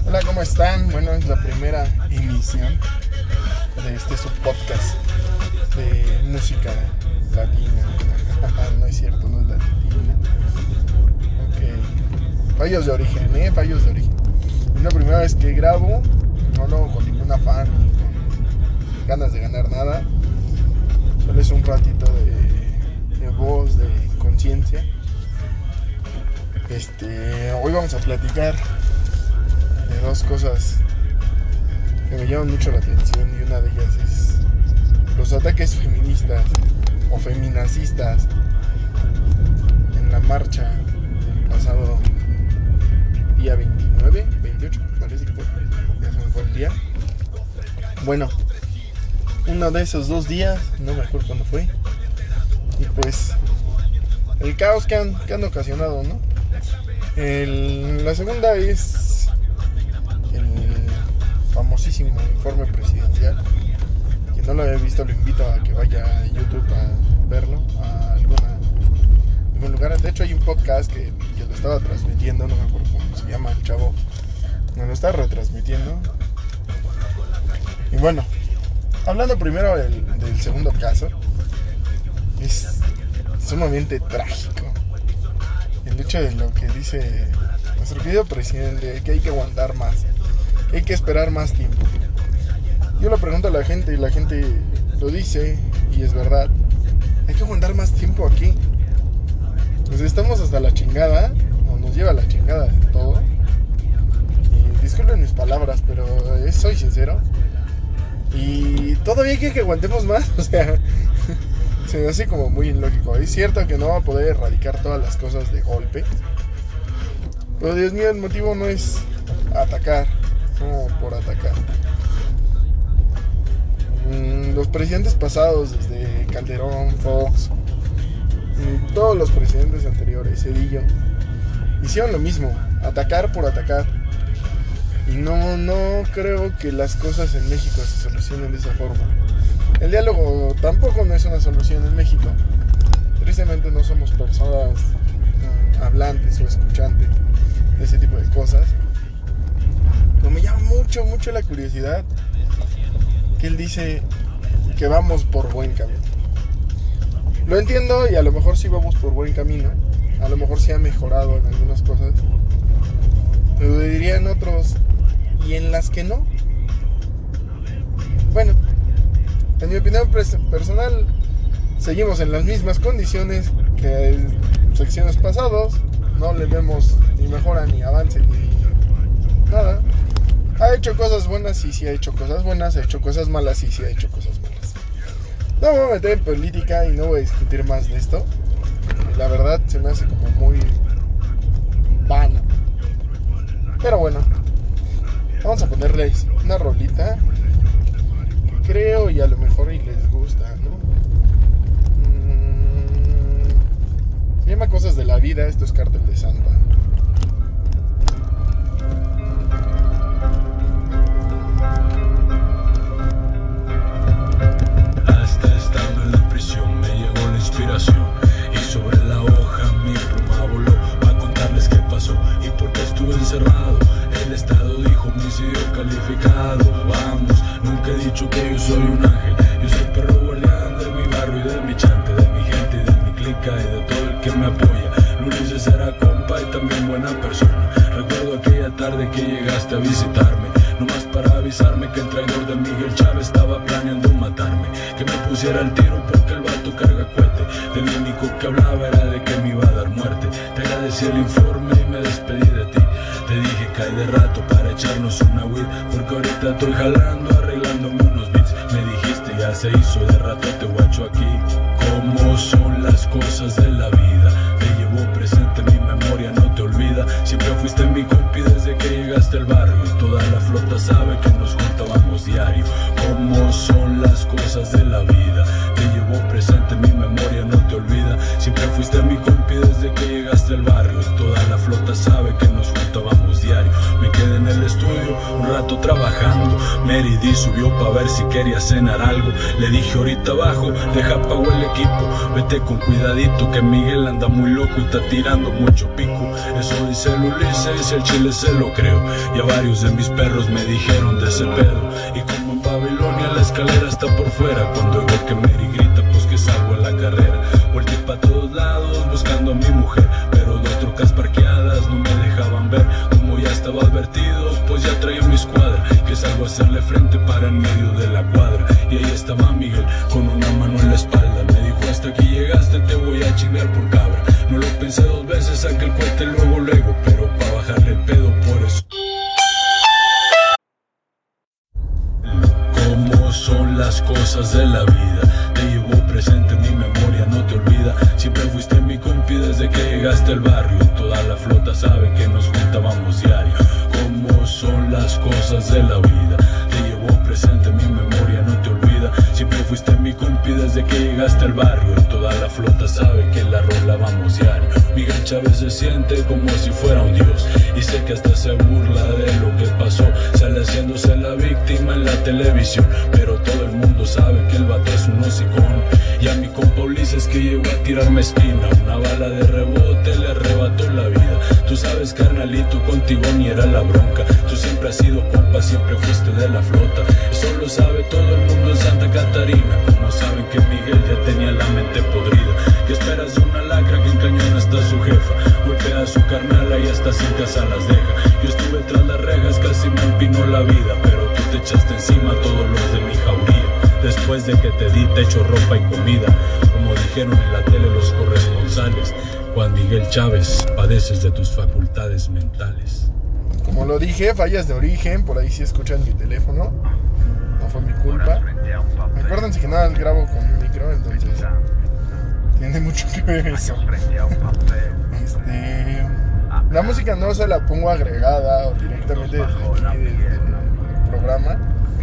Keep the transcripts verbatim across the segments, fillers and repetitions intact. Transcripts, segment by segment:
Hola, ¿cómo están? Bueno, es la primera emisión de este subpodcast de música latina. No es cierto, no es latina. Ok. Fallos de origen, ¿eh? Fallos de origen. Es la primera vez que grabo, no lo hago con ningún afán ni con ganas de ganar nada. Solo es un ratito de, de voz, de conciencia. Este, hoy vamos a platicar de dos cosas que me llaman mucho la atención, y una de ellas es los ataques feministas o feminacistas en la marcha del pasado día veintinueve, veintiocho, parece que fue, ya se me fue el día. Bueno, uno de esos dos días, no me acuerdo cuándo fue, y pues el caos que han, que han ocasionado, ¿no? El, la segunda es el famosísimo informe presidencial. Quien no lo haya visto, lo invito a que vaya a YouTube a verlo, a alguna, algún lugar. De hecho hay un podcast que, que lo estaba transmitiendo, no me acuerdo cómo se llama el chavo, me lo está retransmitiendo. Y bueno, hablando primero del, del segundo caso, es sumamente trágico el hecho de lo que dice nuestro querido presidente, que hay que aguantar más, que hay que esperar más tiempo. Yo le pregunto a la gente y la gente lo dice, y es verdad. Hay que aguantar más tiempo aquí. Pues estamos hasta la chingada, o nos lleva la chingada de todo. Y disculpen mis palabras, pero soy sincero. Y todavía hay que aguantemos más, o sea, se me hace como muy ilógico. Es cierto que no va a poder erradicar todas las cosas de golpe, pero Dios mío, el motivo no es atacar, no por atacar. Los presidentes pasados, desde Calderón, Fox, todos los presidentes anteriores, Cedillo, hicieron lo mismo, atacar por atacar. Y no, no creo que las cosas en México se solucionen de esa forma. El diálogo tampoco no es una solución en México. Tristemente no somos personas uh, hablantes o escuchantes de ese tipo de cosas. Pero me llama mucho, mucho la curiosidad que él dice que vamos por buen camino. Lo entiendo, y a lo mejor sí vamos por buen camino. A lo mejor sí ha mejorado en algunas cosas, pero dirían otros, ¿y en las que no? Bueno, en mi opinión personal, seguimos en las mismas condiciones que en secciones pasados. No le vemos ni mejora, ni avance, ni nada. Ha hecho cosas buenas, sí, sí ha hecho cosas buenas. Ha hecho cosas malas, sí, sí ha hecho cosas malas. No me voy a meter en política y no voy a discutir más de esto. La verdad se me hace como muy vano. Pero bueno, vamos a ponerles una rolita que creo y a lo mejor y les gusta, ¿no? Mm, se llama Cosas de la Vida. Esto es Cártel de Santa. Hasta estando en la prisión me llegó la inspiración, y sobre la hoja mi pluma voló para contarles qué pasó y por qué estuve encerrado. El Estado dijo homicidio calificado. Vamos, nunca he dicho que yo soy un ángel. Yo soy perro guardián de mi barrio y de mi chante, de mi gente y de mi clica y de todo el que me apoya. Ulises era compa y también buena persona. Recuerdo aquella tarde que llegaste a visitarme, nomás para avisarme que el traidor de Miguel Chávez estaba planeando matarme, que me pusiera al tiro porque el vato carga cohete. De lo único que hablaba era de que me iba a dar muerte. Te agradecí el informe y me despedí de ti. Te dije que hay de rato para echarnos una weed, porque ahorita estoy jalando, arreglándome unos beats. Me dijiste ya se hizo, de rato te guacho aquí. ¿Cómo son las cosas de la vida? Te llevo presente mi memoria, no te olvida. Siempre fuiste mi compi desde que llegaste al barrio, y toda la flota sabe que nos juntábamos diario. ¿Cómo son las cosas de la vida? Te llevo presente mi memoria, no te olvida. Siempre fuiste mi compi desde que llegaste al barrio, y toda la flota sabe que nos juntábamos diario. Me quedé en el el estudio, un rato trabajando. Mary D subió pa' ver si quería cenar algo. Le dije ahorita abajo, deja pago el equipo. Vete con cuidadito que Miguel anda muy loco y está tirando mucho pico. Eso dice el Ulises y el chile se lo creo. Y a varios de mis perros me dijeron de ese pedo. Y como en Babilonia la escalera está por fuera, cuando oigo que Mary grita pues que salgo a la carrera. Volteé pa' todos lados buscando a mi mujer, pero dos trocas parqueadas no me dejaban ver. Como ya estaba advertido, pues ya traía mi escuadra, que salgo a hacerle frente para en medio de la cuadra. Y ahí estaba Miguel con una mano en la espalda. Me dijo hasta aquí llegaste, te voy a chingar por cabra. No lo pensé dos veces, saqué el cohete luego luego, pero pa' bajarle el pedo por eso. ¿Cómo son las cosas de la vida? Te llevo presente en mi memoria, no te olvida. Siempre fuiste mi compi desde que llegaste al barrio. Toda la flota sabe que nos juntábamos diario. ¿Cómo son las cosas de la vida? Te llevo presente en mi memoria, no te olvida. Siempre fuiste mi compi desde que llegaste al barrio. Toda la flota sabe que la rola vamos diario. Miguel Chávez se siente como si fuera un dios, y sé que hasta se burla de lo que pasó. Sale haciéndose la víctima en la televisión, pero todo el mundo sabe que el vato es un hocicón. Y a mi compa Ulises que llegó a tirarme esquina, una bala de rebote le arrebató la vida. Tú sabes carnalito, contigo ni era la bronca. Tú siempre has sido compa, siempre fuiste de la flota. Eso lo sabe todo el mundo en Santa Catarina. Como saben que Miguel ya tenía la mente podrida. ¿Qué esperas de una lacra que en cañón está su jefa? Golpea a su carnala y hasta sin casa las deja. Yo estuve tras las rejas, casi me empinó la vida, pero tú te echaste encima a todos los de mi jauría. Después de que te di techo, ropa y comida, como dijeron en la tele los corresponsales. Juan Miguel Chávez, padeces de tus facultades mentales. Como lo dije, fallas de origen, por ahí sí escuchan mi teléfono. No fue mi culpa. Acuérdense que nada grabo con un micro, entonces tiene mucho que ver eso. Este, la música no se la pongo agregada o directamente desde aquí, desde el programa,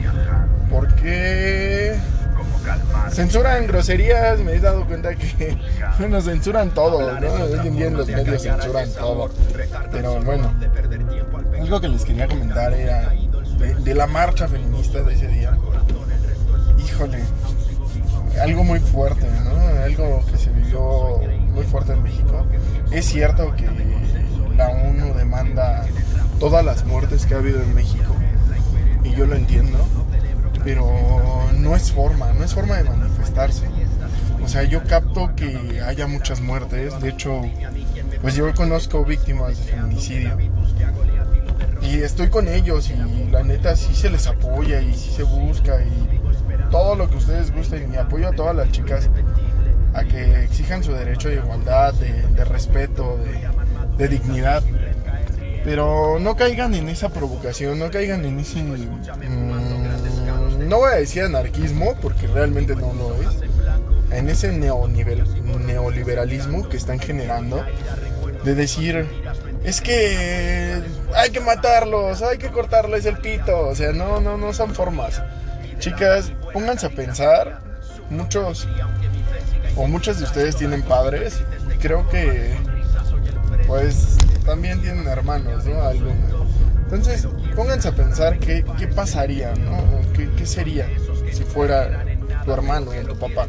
porque censuran groserías. Me he dado cuenta que nos censuran todo, ¿no? Hoy en día en los medios censuran todo. Pero bueno, algo que les quería comentar era de, de la marcha feminista de ese día. Híjole, algo muy fuerte, ¿no? Algo que se vivió muy fuerte en México. Es cierto que la ONU demanda todas las muertes que ha habido en México, y yo lo entiendo, pero no es forma, no es forma de manifestarse. O sea, yo capto que haya muchas muertes. De hecho, pues yo conozco víctimas de feminicidio y estoy con ellos, y la neta sí se les apoya y sí se busca y todo lo que ustedes gusten, y apoyo a todas las chicas a que exijan su derecho de igualdad, de, de respeto, de, de dignidad. Pero no caigan en esa provocación, no caigan en ese... Mmm, no voy a decir anarquismo, porque realmente no lo es. En ese neonivel, neoliberalismo que están generando, de decir, es que hay que matarlos, hay que cortarles el pito. O sea, no, no, no son formas. Chicas, pónganse a pensar. Muchos o muchas de ustedes tienen padres, y creo que pues también tienen hermanos, ¿no? Algunos. Entonces, pónganse a pensar qué, qué pasaría, ¿no? ¿Qué, qué sería si fuera tu hermano o tu papá?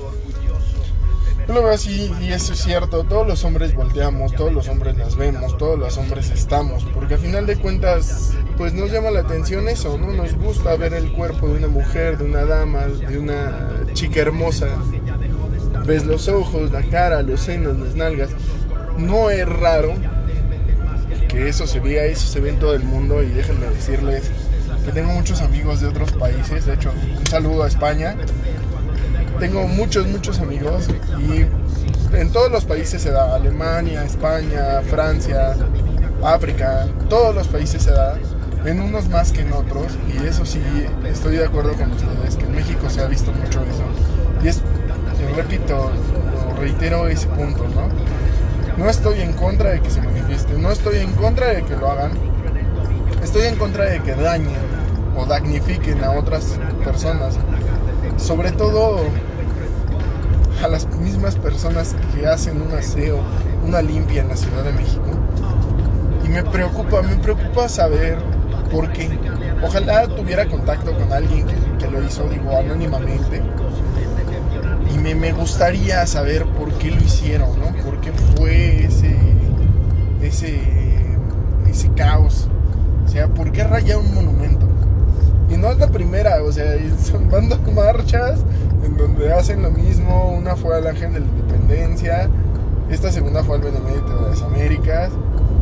Yo lo veo así, y eso es cierto. Todos los hombres volteamos, todos los hombres las vemos, todos los hombres estamos, porque a final de cuentas pues nos llama la atención eso, ¿no? Nos gusta ver el cuerpo de una mujer, de una dama, de una chica hermosa. Ves los ojos, la cara, los senos, las nalgas. No es raro que eso se vea, eso se ve en todo el mundo. Y déjenme decirles que tengo muchos amigos de otros países. De hecho, un saludo a España. Tengo muchos, muchos amigos, y en todos los países se da. Alemania, España, Francia, África, todos los países se da. En unos más que en otros, y eso sí, estoy de acuerdo con ustedes, que en México se ha visto mucho eso. Y es, repito, reitero ese punto, ¿no? No estoy en contra de que se manifiesten, no estoy en contra de que lo hagan. Estoy en contra de que dañen o damnifiquen a otras personas, sobre todo a las mismas personas que hacen un aseo, una limpia en la Ciudad de México. Y me preocupa, me preocupa saber porque ojalá tuviera contacto con alguien que, que lo hizo, digo, anónimamente, y me, me gustaría saber por qué lo hicieron, ¿no? Por qué fue ese, ese, ese caos, o sea, por qué rayar un monumento. Y no es la primera, o sea, son van dos marchas en donde hacen lo mismo. Una fue al Ángel de la Independencia, esta segunda fue al Benemérito de las Américas.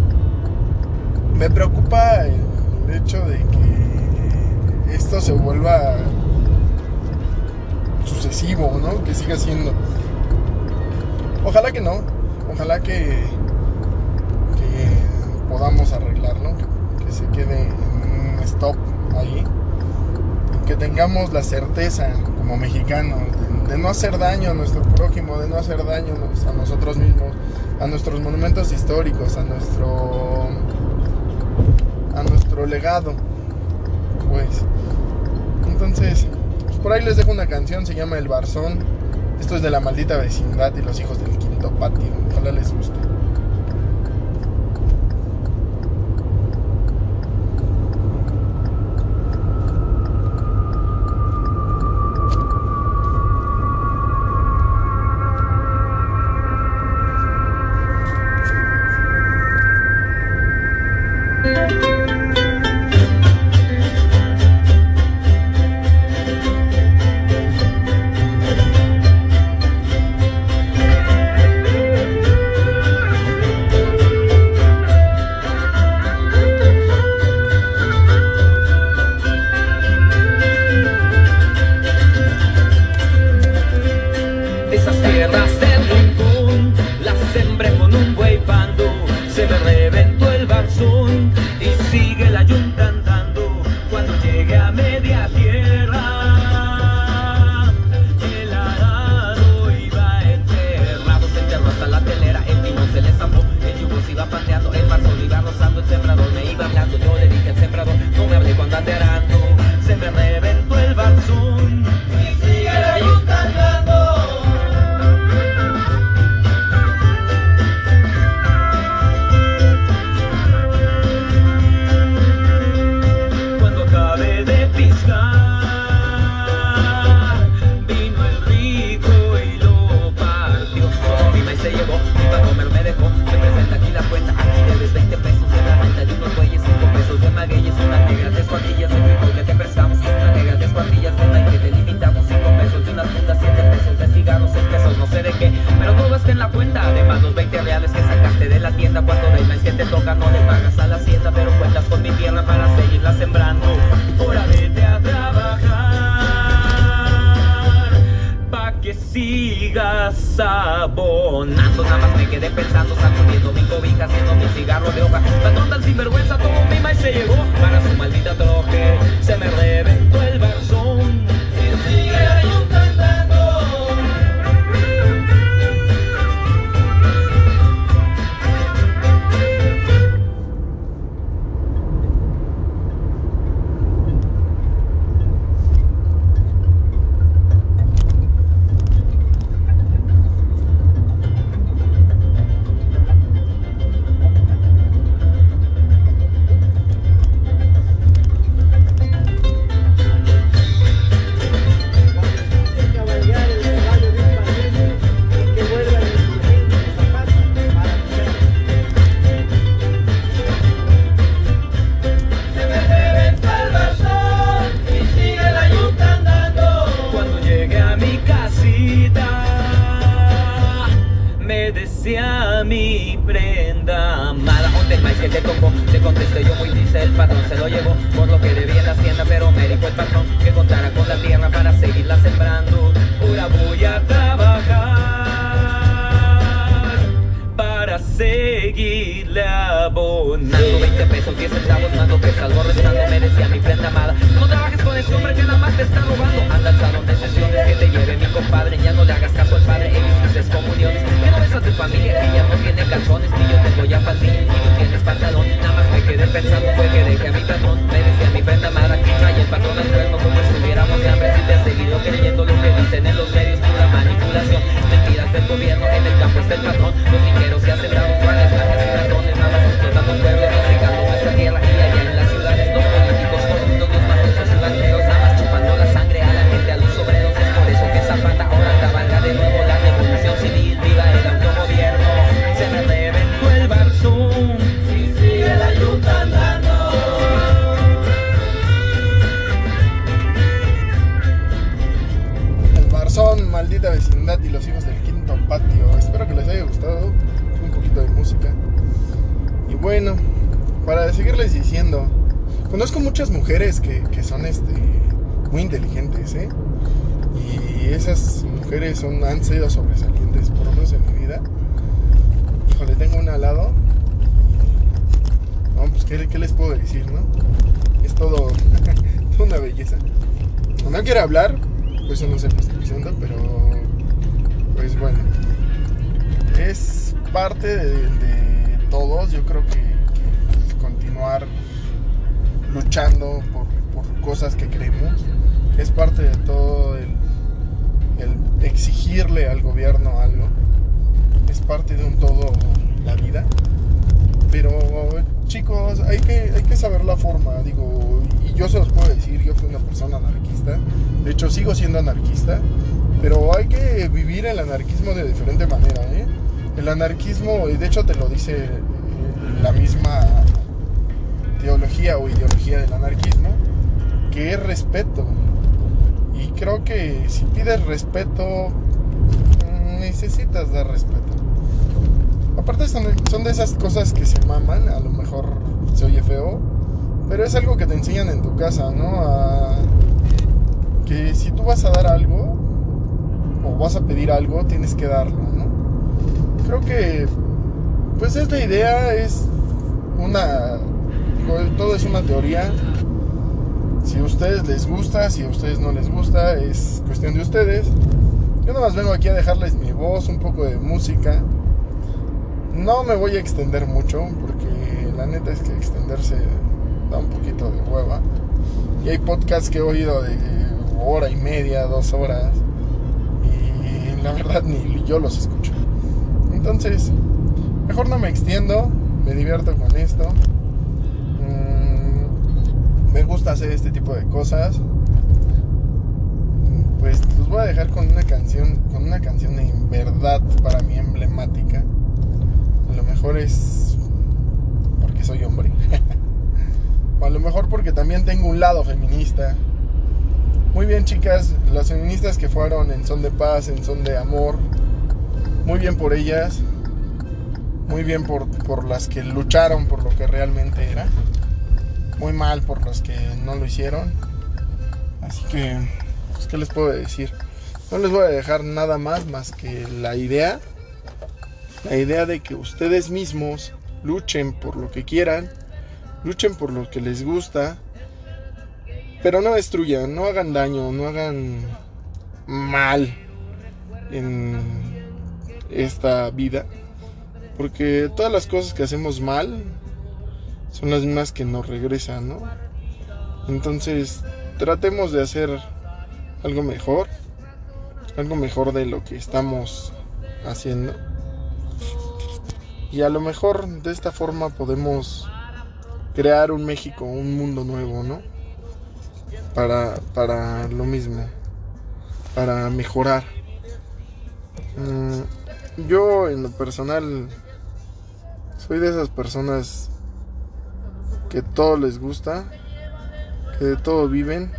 Me preocupa el hecho de que esto se vuelva sucesivo, ¿no? Que siga siendo. Ojalá que no, ojalá que, que podamos arreglarlo, que se quede en un stop ahí, que tengamos la certeza como mexicanos de, de no hacer daño a nuestro prójimo, de no hacer daño a nosotros mismos, a nuestros monumentos históricos, a nuestro a nuestro legado, pues. Entonces, pues por ahí les dejo una canción, se llama El Barzón. Esto es de La Maldita Vecindad y Los Hijos del Quinto Patio. Ojalá les guste. Abonando, nada más me quedé pensando, sacudiendo mi cobija, haciendo mi cigarro de hoja. Patrón tan sinvergüenza, tomó mi maíz y se llegó para su maldita troje. Se me reventó el barzón y sigue cantando. Mi prenda amada, ¿dónde el maíz que te tocó? Te contesté yo muy dice el patrón se lo llevó por lo que debía en la hacienda, pero me dijo el patrón que contara con la tierra para seguirla sembrando. Ahora voy a trabajar para seguirle abonando. Veinte pesos, diez centavos, mando que salgo restando. Me decía mi prenda amada, no trabajes con ese hombre que nada más te está robando. Anda al salón de sesiones que te lleve mi compadre, ya no le hagas caso al padre en mis excomuniones. Que no ves a tu familia que ya no tiene calzones, ni yo tengo ya pancín y tú tienes pantalón. Nada más me quedé pensando fue que dejé a mi patrón. Me decía mi prenda amada que trae el patrón al cuerno como estuviéramos de hambre. Si te has seguido creyendo lo que dicen en los medios, pura manipulación. Mentiras del gobierno, en el campo está el patrón. Los niñeros se hacen bravos, guardias, blancas y ladrones. Nada más explotando un pueblo, no secando nuestra tierra y allá en las ciudades nos seguirles diciendo, conozco muchas mujeres que, que son este muy inteligentes, ¿eh? Y esas mujeres son, han sido sobresalientes, por lo menos en mi vida. Híjole, tengo una al lado. No, pues ¿qué, qué les puedo decir, no? Es todo, toda una belleza. No quiero hablar, pues eso no sé, lo estoy diciendo, pero pues bueno, es parte de, de todos. Yo creo que, que continuar luchando por, por cosas que creemos es parte de todo. El, el exigirle al gobierno algo es parte de un todo, la vida. Pero chicos, hay que, hay que saber la forma, digo, y yo se los puedo decir, yo fui una persona anarquista, de hecho sigo siendo anarquista, pero hay que vivir el anarquismo de diferente manera, ¿eh? El anarquismo, y de hecho te lo dice la misma teología o ideología del anarquismo, que es respeto, y creo que si pides respeto, necesitas dar respeto. Aparte son, son de esas cosas que se maman, a lo mejor se oye feo, pero es algo que te enseñan en tu casa, ¿no? A, que si tú vas a dar algo, o vas a pedir algo, tienes que darlo, ¿no? Creo que, pues es la idea, es una, todo es una teoría. Si a ustedes les gusta, si a ustedes no les gusta, es cuestión de ustedes. Yo nada más vengo aquí a dejarles mi voz, un poco de música. No me voy a extender mucho, porque la neta es que extenderse da un poquito de hueva. Y hay podcasts que he oído de hora y media, dos horas, y la verdad ni yo los escucho. Entonces, mejor no me extiendo, me divierto con esto. Mm, me gusta hacer este tipo de cosas. Pues los voy a dejar con una canción, con una canción en verdad para mí emblemática. A lo mejor es porque soy hombre. O a lo mejor porque también tengo un lado feminista. Muy bien, chicas, las feministas que fueron en son de paz, en son de amor, muy bien por ellas. Muy bien por, por las que lucharon por lo que realmente era. Muy mal por los que no lo hicieron. Así que, pues, ¿qué les puedo decir? No les voy a dejar nada más más que la idea. La idea de que ustedes mismos luchen por lo que quieran, luchen por lo que les gusta, pero no destruyan, no hagan daño, no hagan mal en esta vida, porque todas las cosas que hacemos mal son las mismas que nos regresan, ¿no? Entonces, tratemos de hacer algo mejor, algo mejor de lo que estamos haciendo. Y a lo mejor de esta forma podemos crear un México, un mundo nuevo, ¿no? Para, para lo mismo, para mejorar. Mm, yo en lo personal soy de esas personas que todo les gusta, que de todo viven,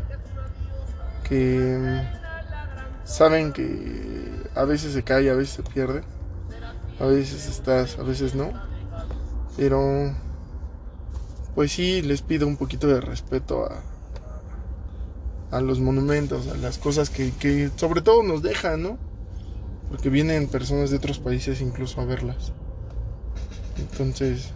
que saben que a veces se cae, a veces se pierde. A veces estás, a veces no. Pero pues sí, les pido un poquito de respeto a, a los monumentos, a las cosas que, que sobre todo nos dejan, ¿no? Porque vienen personas de otros países incluso a verlas. Entonces,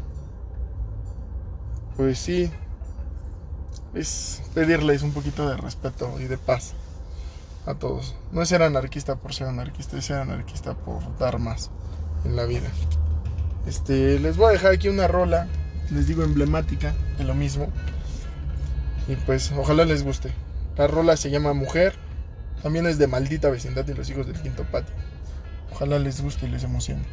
pues sí, es pedirles un poquito de respeto y de paz a todos. No es ser anarquista por ser anarquista, es ser anarquista por dar más en la vida. Este, les voy a dejar aquí una rola, les digo, emblemática de lo mismo. Y pues ojalá les guste. La rola se llama Mujer. También es de Maldita Vecindad y los Hijos del Quinto Patio. Ojalá les guste y les emocione.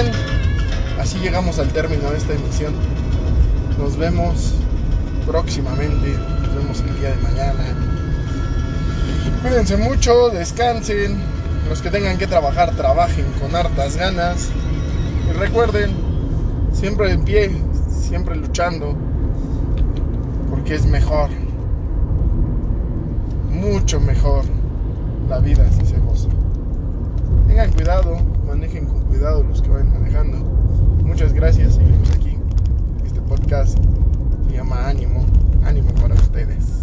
bien, así llegamos al término de esta emisión. Nos vemos próximamente, nos vemos el día de mañana. Cuídense mucho, descansen. Los que tengan que trabajar, trabajen con hartas ganas. Y recuerden, siempre en pie, siempre luchando, porque es mejor, mucho mejor la vida si se goza. Tengan cuidado, manejen con cuidado los que vayan manejando. Muchas gracias, seguimos aquí. Este podcast se llama Ánimo, ánimo para ustedes.